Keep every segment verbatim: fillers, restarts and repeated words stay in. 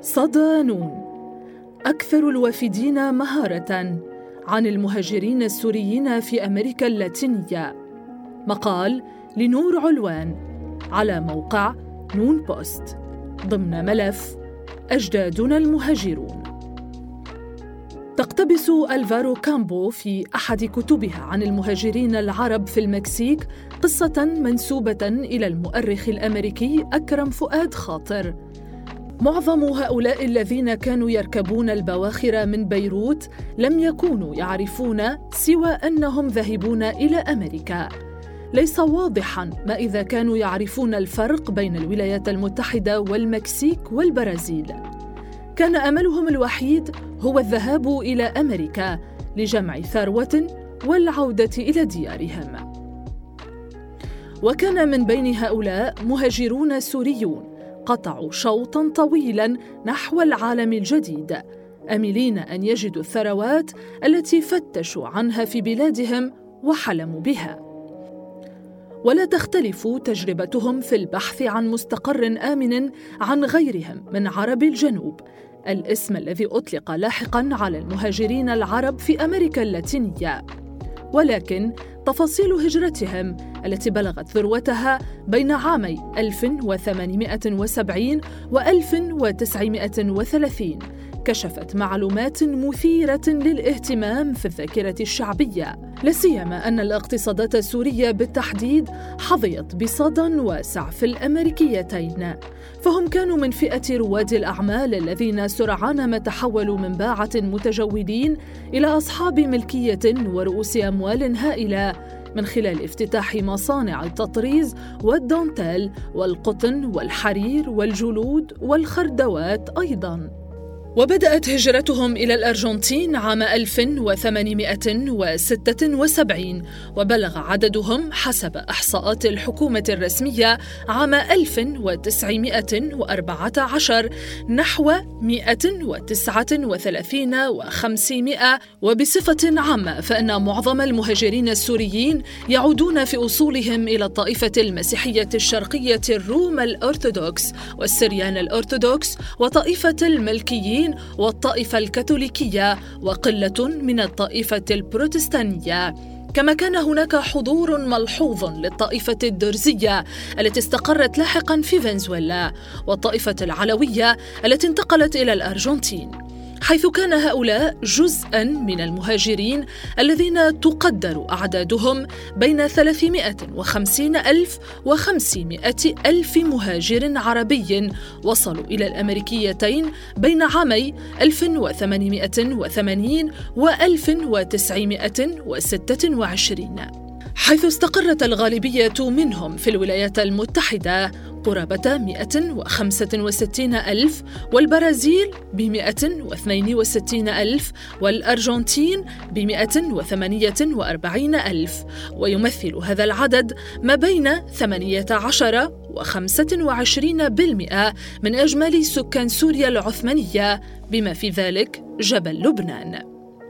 صدانون أكثر الوافدين مهارة عن المهاجرين السوريين في أمريكا اللاتينية. مقال لنور علوان على موقع نون بوست ضمن ملف أجدادنا المهاجرون. تقتبس ألفارو كامبو في أحد كتبها عن المهاجرين العرب في المكسيك قصة منسوبة إلى المؤرخ الأمريكي أكرم فؤاد خاطر. معظم هؤلاء الذين كانوا يركبون البواخر من بيروت لم يكونوا يعرفون سوى أنهم ذاهبون إلى أمريكا. ليس واضحاً ما إذا كانوا يعرفون الفرق بين الولايات المتحدة والمكسيك والبرازيل. كان أملهم الوحيد هو الذهاب إلى أمريكا لجمع ثروة والعودة إلى ديارهم. وكان من بين هؤلاء مهاجرون سوريون قطعوا شوطاً طويلاً نحو العالم الجديد، آملين أن يجدوا الثروات التي فتشوا عنها في بلادهم وحلموا بها. ولا تختلف تجربتهم في البحث عن مستقر آمن عن غيرهم من عرب الجنوب، الاسم الذي أطلق لاحقاً على المهاجرين العرب في أمريكا اللاتينية. ولكن تفاصيل هجرتهم التي بلغت ذروتها بين عامي ألف وثمانمائة وسبعين و ألف وتسعمائة وثلاثين كشفت معلومات مثيرة للاهتمام في الذاكرة الشعبية، لا سيما أن الاقتصادات السورية بالتحديد حظيت بصدى واسع في الأمريكيتين، فهم كانوا من فئة رواد الأعمال الذين سرعان ما تحولوا من باعة متجولين إلى أصحاب ملكية ورؤوس أموال هائلة من خلال افتتاح مصانع التطريز والدانتيل والقطن والحرير والجلود والخردوات أيضاً. وبدأت هجرتهم إلى الأرجنتين عام ألف وثمانمائة وستة وسبعين، وبلغ عددهم حسب إحصاءات الحكومة الرسمية عام ألف وتسعمائة وأربعة عشر نحو مائة وتسعة وثلاثين وخمسمائة. وبصفة عامة فإن معظم المهاجرين السوريين يعودون في أصولهم إلى الطائفة المسيحية الشرقية الروم الأرثوذكس والسريان الأرثوذكس وطائفة الملكيين والطائفة الكاثوليكية وقلة من الطائفة البروتستانية. كما كان هناك حضور ملحوظ للطائفة الدرزية التي استقرت لاحقاً في فنزويلا والطائفة العلوية التي انتقلت إلى الأرجنتين، حيث كان هؤلاء جزءاً من المهاجرين الذين تقدر أعدادهم بين ثلاثمائة وخمسين ألف وخمسمائة ألف مهاجر عربي وصلوا إلى الأمريكيتين بين عامي ألف وثمانمائة وثمانين و ألف وتسعمائة وستة وعشرين، حيث استقرت الغالبية منهم في الولايات المتحدة قرابة مائة وخمسة وستين ألف، والبرازيل بمائة واثنين وستين ألف، والأرجنتين بمائة وثمانية وأربعين ألف. ويمثل هذا العدد ما بين ثمانية عشر وخمسة وعشرين بالمئة من إجمالي سكان سوريا العثمانية، بما في ذلك جبل لبنان.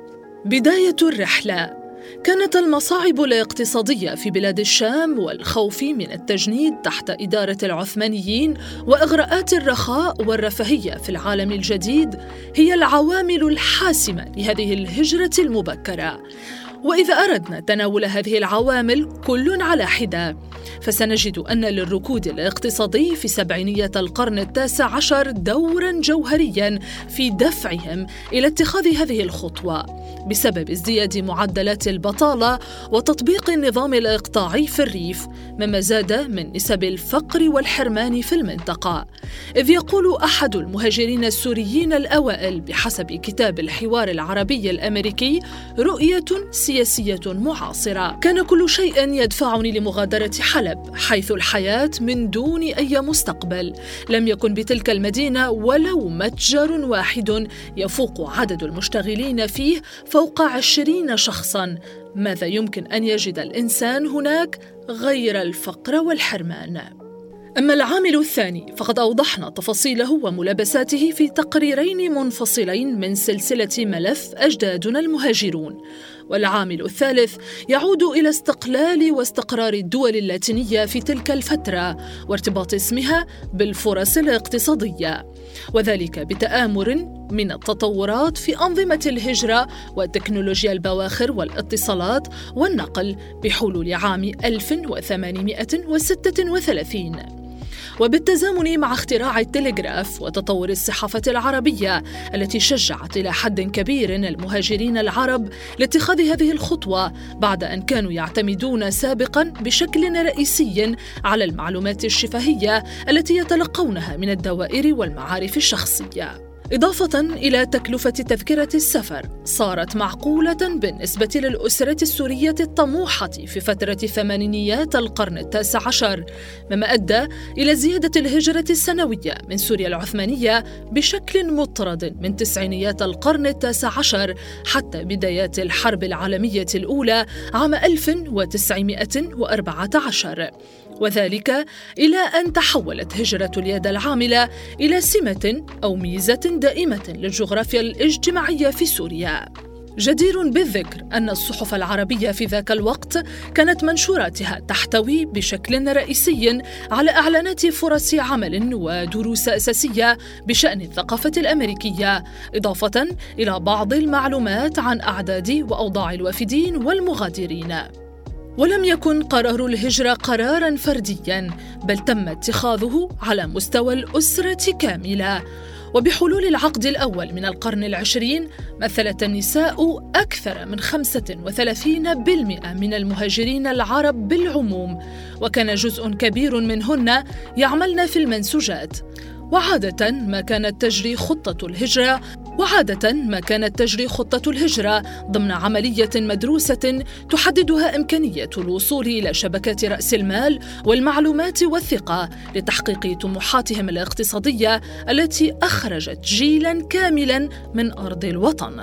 بداية الرحلة كانت المصاعب الاقتصادية في بلاد الشام والخوف من التجنيد تحت إدارة العثمانيين وإغراءات الرخاء والرفاهية في العالم الجديد هي العوامل الحاسمة لهذه الهجرة المبكرة. وإذا أردنا تناول هذه العوامل كل على حدة، فسنجد أن للركود الاقتصادي في سبعينية القرن التاسع عشر دوراً جوهرياً في دفعهم إلى اتخاذ هذه الخطوة بسبب ازدياد معدلات البطالة وتطبيق النظام الإقطاعي في الريف، مما زاد من نسب الفقر والحرمان في المنطقة. إذ يقول أحد المهاجرين السوريين الأوائل بحسب كتاب الحوار العربي الأمريكي رؤية سياسية معاصرة: كان كل شيء يدفعني لمغادرة حلب، حيث الحياة من دون أي مستقبل. لم يكن بتلك المدينة ولو متجر واحد يفوق عدد المشتغلين فيه فوق عشرين شخصاً. ماذا يمكن أن يجد الإنسان هناك غير الفقر والحرمان؟ أما العامل الثاني فقد أوضحنا تفاصيله وملابساته في تقريرين منفصلين من سلسلة ملف أجدادنا المهاجرون، والعامل الثالث يعود إلى استقلال واستقرار الدول اللاتينية في تلك الفترة وارتباط اسمها بالفرص الاقتصادية، وذلك بتآمر من التطورات في أنظمة الهجرة وتكنولوجيا البواخر والاتصالات والنقل بحلول عام ألف وثمانمائة وستة وثلاثين، وبالتزامن مع اختراع التلغراف وتطور الصحافة العربية التي شجعت إلى حد كبير المهاجرين العرب لاتخاذ هذه الخطوة بعد أن كانوا يعتمدون سابقاً بشكل رئيسي على المعلومات الشفهية التي يتلقونها من الدوائر والمعارف الشخصية. إضافة إلى تكلفة تذكرة السفر صارت معقولة بالنسبة للأسرة السورية الطموحة في فترة ثمانينيات القرن التاسع عشر، مما أدى إلى زيادة الهجرة السنوية من سوريا العثمانية بشكل مضطرد من تسعينيات القرن التاسع عشر حتى بدايات الحرب العالمية الأولى عام ألف وتسعمائة وأربعة عشر، وذلك إلى أن تحولت هجرة اليد العاملة إلى سمة أو ميزة دائمة للجغرافيا الاجتماعية في سوريا. جدير بالذكر أن الصحف العربية في ذاك الوقت كانت منشوراتها تحتوي بشكل رئيسي على إعلانات فرص عمل ودروس أساسية بشأن الثقافة الأمريكية، إضافة إلى بعض المعلومات عن أعداد وأوضاع الوافدين والمغادرين. ولم يكن قرار الهجرة قراراً فردياً، بل تم اتخاذه على مستوى الأسرة كاملة. وبحلول العقد الأول من القرن العشرين مثلت النساء أكثر من خمسة وثلاثين بالمئة من المهاجرين العرب بالعموم، وكان جزء كبير منهن يعملن في المنسوجات. وعادة ما كانت تجري خطة الهجرة وعادة ما كانت تجري خطة الهجرة ضمن عملية مدروسة تحددها إمكانية الوصول إلى شبكات رأس المال والمعلومات والثقة لتحقيق طموحاتهم الاقتصادية التي أخرجت جيلاً كاملاً من أرض الوطن.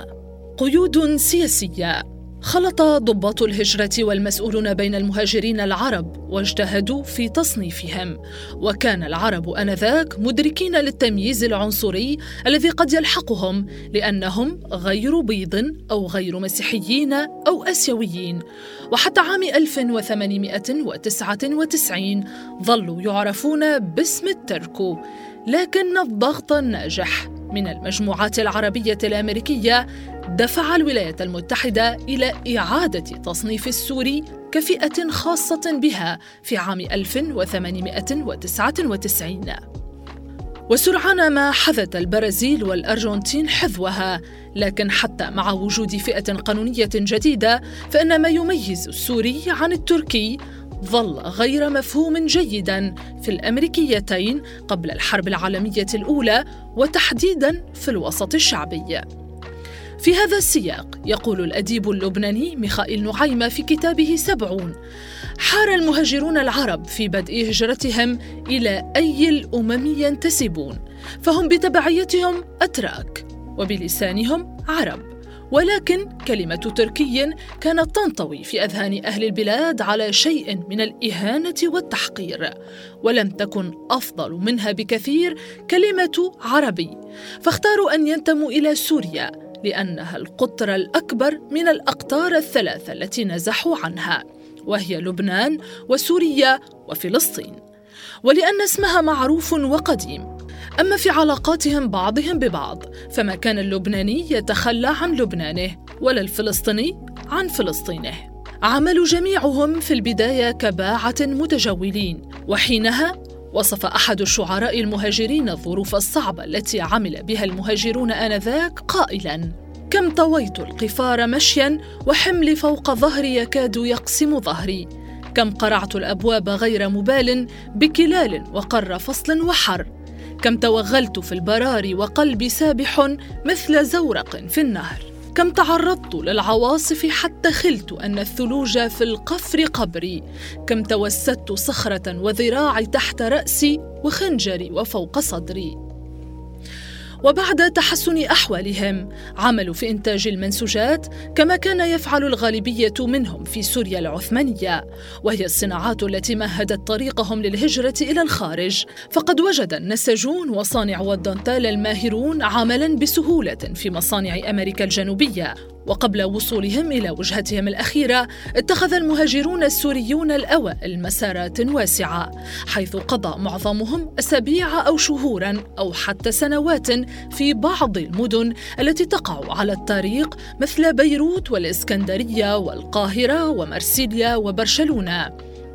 قيود سياسية. خلط ضباط الهجرة والمسؤولون بين المهاجرين العرب واجتهدوا في تصنيفهم، وكان العرب آنذاك مدركين للتمييز العنصري الذي قد يلحقهم لأنهم غير بيض أو غير مسيحيين أو آسيويين. وحتى عام ألف وثمانمائة وتسعة وتسعين ظلوا يعرفون باسم التركو، لكن الضغط الناجح من المجموعات العربية الأمريكية دفع الولايات المتحدة إلى إعادة تصنيف السوري كفئة خاصة بها في عام ألف وثمانمائة وتسعة وتسعين. وسرعان ما حذت البرازيل والأرجنتين حذوها، لكن حتى مع وجود فئة قانونية جديدة فإن ما يميز السوري عن التركي ظل غير مفهوم جيداً في الأمريكيتين قبل الحرب العالمية الأولى، وتحديداً في الوسط الشعبي. في هذا السياق يقول الأديب اللبناني ميخائيل نعيمة في كتابه سبعون: حار المهاجرون العرب في بدء هجرتهم إلى أي الأمم ينتسبون، فهم بتبعيتهم أتراك وبلسانهم عرب، ولكن كلمة تركي كانت تنطوي في أذهان أهل البلاد على شيء من الإهانة والتحقير، ولم تكن أفضل منها بكثير كلمة عربي، فاختاروا أن ينتموا إلى سوريا لأنها القطر الأكبر من الأقطار الثلاثة التي نزحوا عنها، وهي لبنان وسوريا وفلسطين، ولأن اسمها معروف وقديم. أما في علاقاتهم بعضهم ببعض فما كان اللبناني يتخلى عن لبنانه ولا الفلسطيني عن فلسطينه. عملوا جميعهم في البداية كباعة متجولين، وحينها وصف أحد الشعراء المهاجرين الظروف الصعبة التي عمل بها المهاجرون آنذاك قائلاً: كم طويت القفار مشياً وحملي فوق ظهري يكاد يقسم ظهري، كم قرعت الأبواب غير مبال بكلال وقر فصل وحر، كم توغلت في البرار وقلبي سابح مثل زورق في النهر، كم تعرضت للعواصف حتى خلت أن الثلوج في القفر قبري، كم توسدت صخرة وذراعي تحت رأسي وخنجري وفوق صدري. وبعد تحسن أحوالهم عملوا في إنتاج المنسوجات كما كان يفعل الغالبية منهم في سوريا العثمانية، وهي الصناعات التي مهدت طريقهم للهجرة إلى الخارج، فقد وجد النساجون وصانعو الدانتال الماهرون عملاً بسهولة في مصانع أمريكا الجنوبية، وقبل وصولهم إلى وجهتهم الأخيرة اتخذ المهاجرون السوريون الأوائل مسارات واسعة، حيث قضى معظمهم أسابيع أو شهوراً أو حتى سنوات في بعض المدن التي تقع على الطريق مثل بيروت والإسكندرية والقاهرة ومرسيليا وبرشلونة.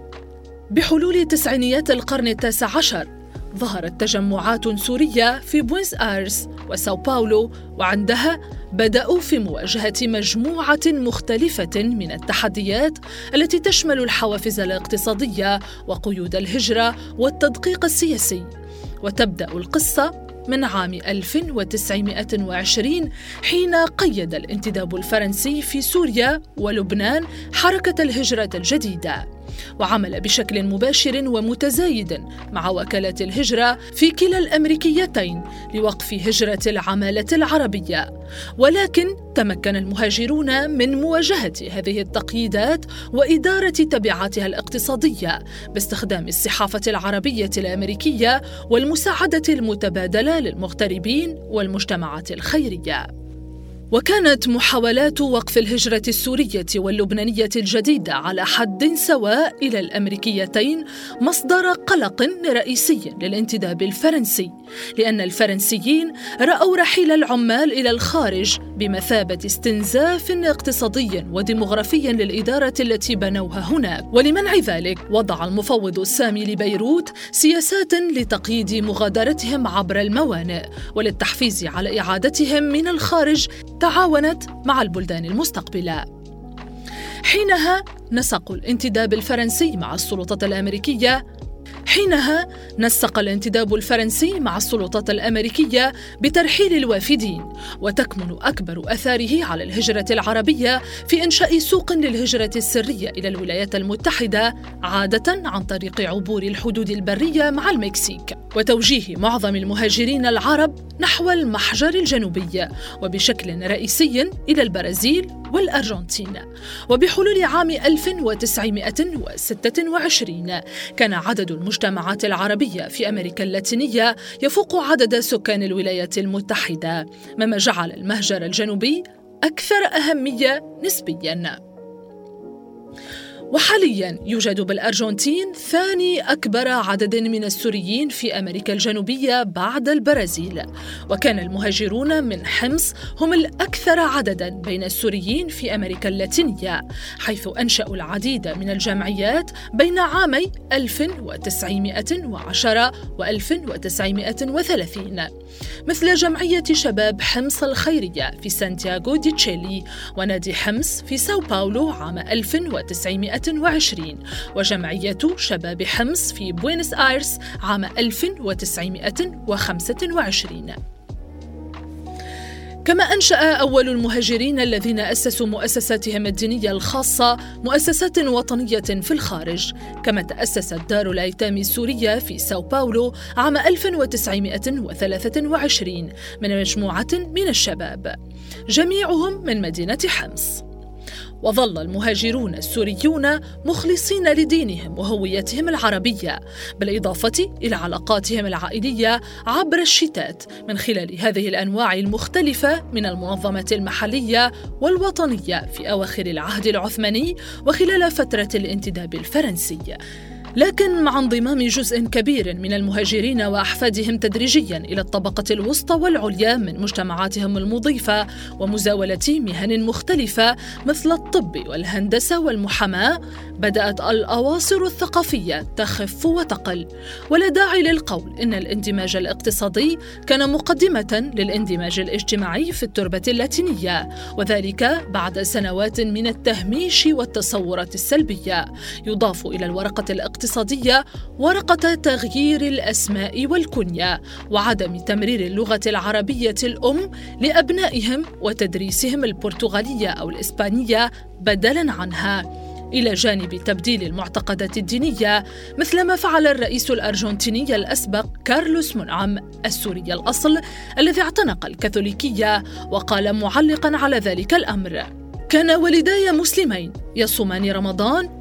بحلول تسعينيات القرن التاسع عشر ظهرت تجمعات سورية في بوينس آيرس وساو باولو، وعندها بدأوا في مواجهة مجموعة مختلفة من التحديات التي تشمل الحوافز الاقتصادية وقيود الهجرة والتدقيق السياسي. وتبدأ القصة من عام ألف وتسعمائة وعشرين حين قيد الانتداب الفرنسي في سوريا ولبنان حركة الهجرة الجديدة، وعمل بشكل مباشر ومتزايد مع وكالات الهجرة في كلا الأمريكيتين لوقف هجرة العمالة العربية. ولكن تمكن المهاجرون من مواجهة هذه التقييدات وإدارة تبعاتها الاقتصادية باستخدام الصحافة العربية الأمريكية والمساعدة المتبادلة للمغتربين والمجتمعات الخيرية. وكانت محاولات وقف الهجرة السورية واللبنانية الجديدة على حد سواء إلى الأمريكيتين مصدر قلق رئيسي للانتداب الفرنسي، لأن الفرنسيين رأوا رحيل العمال إلى الخارج بمثابة استنزاف اقتصادي وديمغرافي للإدارة التي بنوها هناك. ولمنع ذلك وضع المفوض السامي لبيروت سياسات لتقييد مغادرتهم عبر الموانئ، وللتحفيز على إعادتهم من الخارج تعاونت مع البلدان المستقبلة. حينها نسق الانتداب الفرنسي مع السلطات الأمريكية حينها نسق الانتداب الفرنسي مع السلطات الأمريكية بترحيل الوافدين، وتكمن أكبر أثاره على الهجرة العربية في إنشاء سوق للهجرة السرية إلى الولايات المتحدة، عادة عن طريق عبور الحدود البرية مع المكسيك، وتوجيه معظم المهاجرين العرب نحو المحجر الجنوبي، وبشكل رئيسي إلى البرازيل والأرجنتين. وبحلول عام ألف وتسعمائة وستة وعشرين كان عدد المجتمعات العربية في أمريكا اللاتينية يفوق عدد سكان الولايات المتحدة، مما جعل المهجر الجنوبي أكثر أهمية نسبياً. وحالياً يوجد بالأرجنتين ثاني أكبر عدد من السوريين في أمريكا الجنوبية بعد البرازيل، وكان المهاجرون من حمص هم الأكثر عدداً بين السوريين في أمريكا اللاتينية، حيث أنشأوا العديد من الجمعيات بين عامي ألف وتسعمائة وعشرة وألف وتسعمائة وثلاثين، مثل جمعية شباب حمص الخيرية في سانتياغو دي تشيلي، ونادي حمص في ساو باولو عام ألف وتسعمائة وعشرين، وجمعية شباب حمص في بوينس آيرس عام ألف وتسعمائة وخمسة وعشرين. كما أنشأ أول المهاجرين الذين أسسوا مؤسساتهم الدينية الخاصة مؤسسات وطنية في الخارج، كما تأسست دار الأيتام السورية في ساو باولو عام ألف وتسعمائة وثلاثة وعشرين من مجموعة من الشباب، جميعهم من مدينة حمص. وظل المهاجرون السوريون مخلصين لدينهم وهويتهم العربية، بالإضافة إلى علاقاتهم العائلية عبر الشتات من خلال هذه الأنواع المختلفة من المنظمات المحلية والوطنية في أواخر العهد العثماني وخلال فترة الانتداب الفرنسي. لكن مع انضمام جزء كبير من المهاجرين وأحفادهم تدريجياً إلى الطبقة الوسطى والعليا من مجتمعاتهم المضيفة ومزاولة مهن مختلفة مثل الطب والهندسة والمحاماة، بدأت الأواصر الثقافية تخف وتقل. ولا داعي للقول إن الاندماج الاقتصادي كان مقدمة للاندماج الاجتماعي في التربة اللاتينية، وذلك بعد سنوات من التهميش والتصورات السلبية، يضاف إلى الورقة الاقتصادية الاقتصادية ورقة تغيير الأسماء والكنية وعدم تمرير اللغة العربية الأم لأبنائهم وتدريسهم البرتغالية أو الإسبانية بدلاً عنها، إلى جانب تبديل المعتقدات الدينية مثل ما فعل الرئيس الأرجنتيني الأسبق كارلوس منعم السوري الأصل الذي اعتنق الكاثوليكية، وقال معلقاً على ذلك الأمر: كان والداي مسلمين يصومان رمضان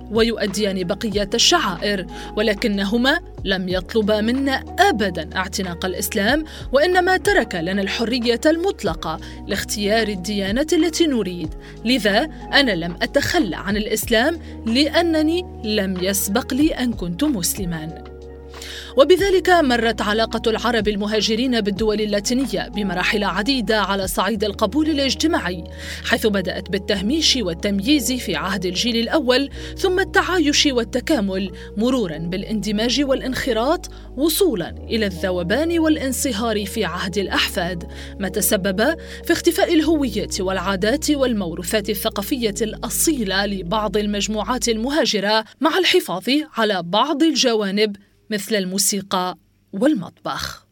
ويؤديان بقية الشعائر، ولكنهما لم يطلبا منا أبداً اعتناق الإسلام، وإنما ترك لنا الحرية المطلقة لاختيار الديانة التي نريد. لذا أنا لم أتخلى عن الإسلام لأنني لم يسبق لي أن كنت مسلماً. وبذلك مرت علاقة العرب المهاجرين بالدول اللاتينية بمراحل عديدة على صعيد القبول الاجتماعي، حيث بدأت بالتهميش والتمييز في عهد الجيل الأول، ثم التعايش والتكامل، مروراً بالاندماج والانخراط، وصولاً إلى الذوبان والانصهار في عهد الأحفاد، ما تسبب في اختفاء الهوية والعادات والموروثات الثقافية الأصيلة لبعض المجموعات المهاجرة، مع الحفاظ على بعض الجوانب مثل الموسيقى والمطبخ.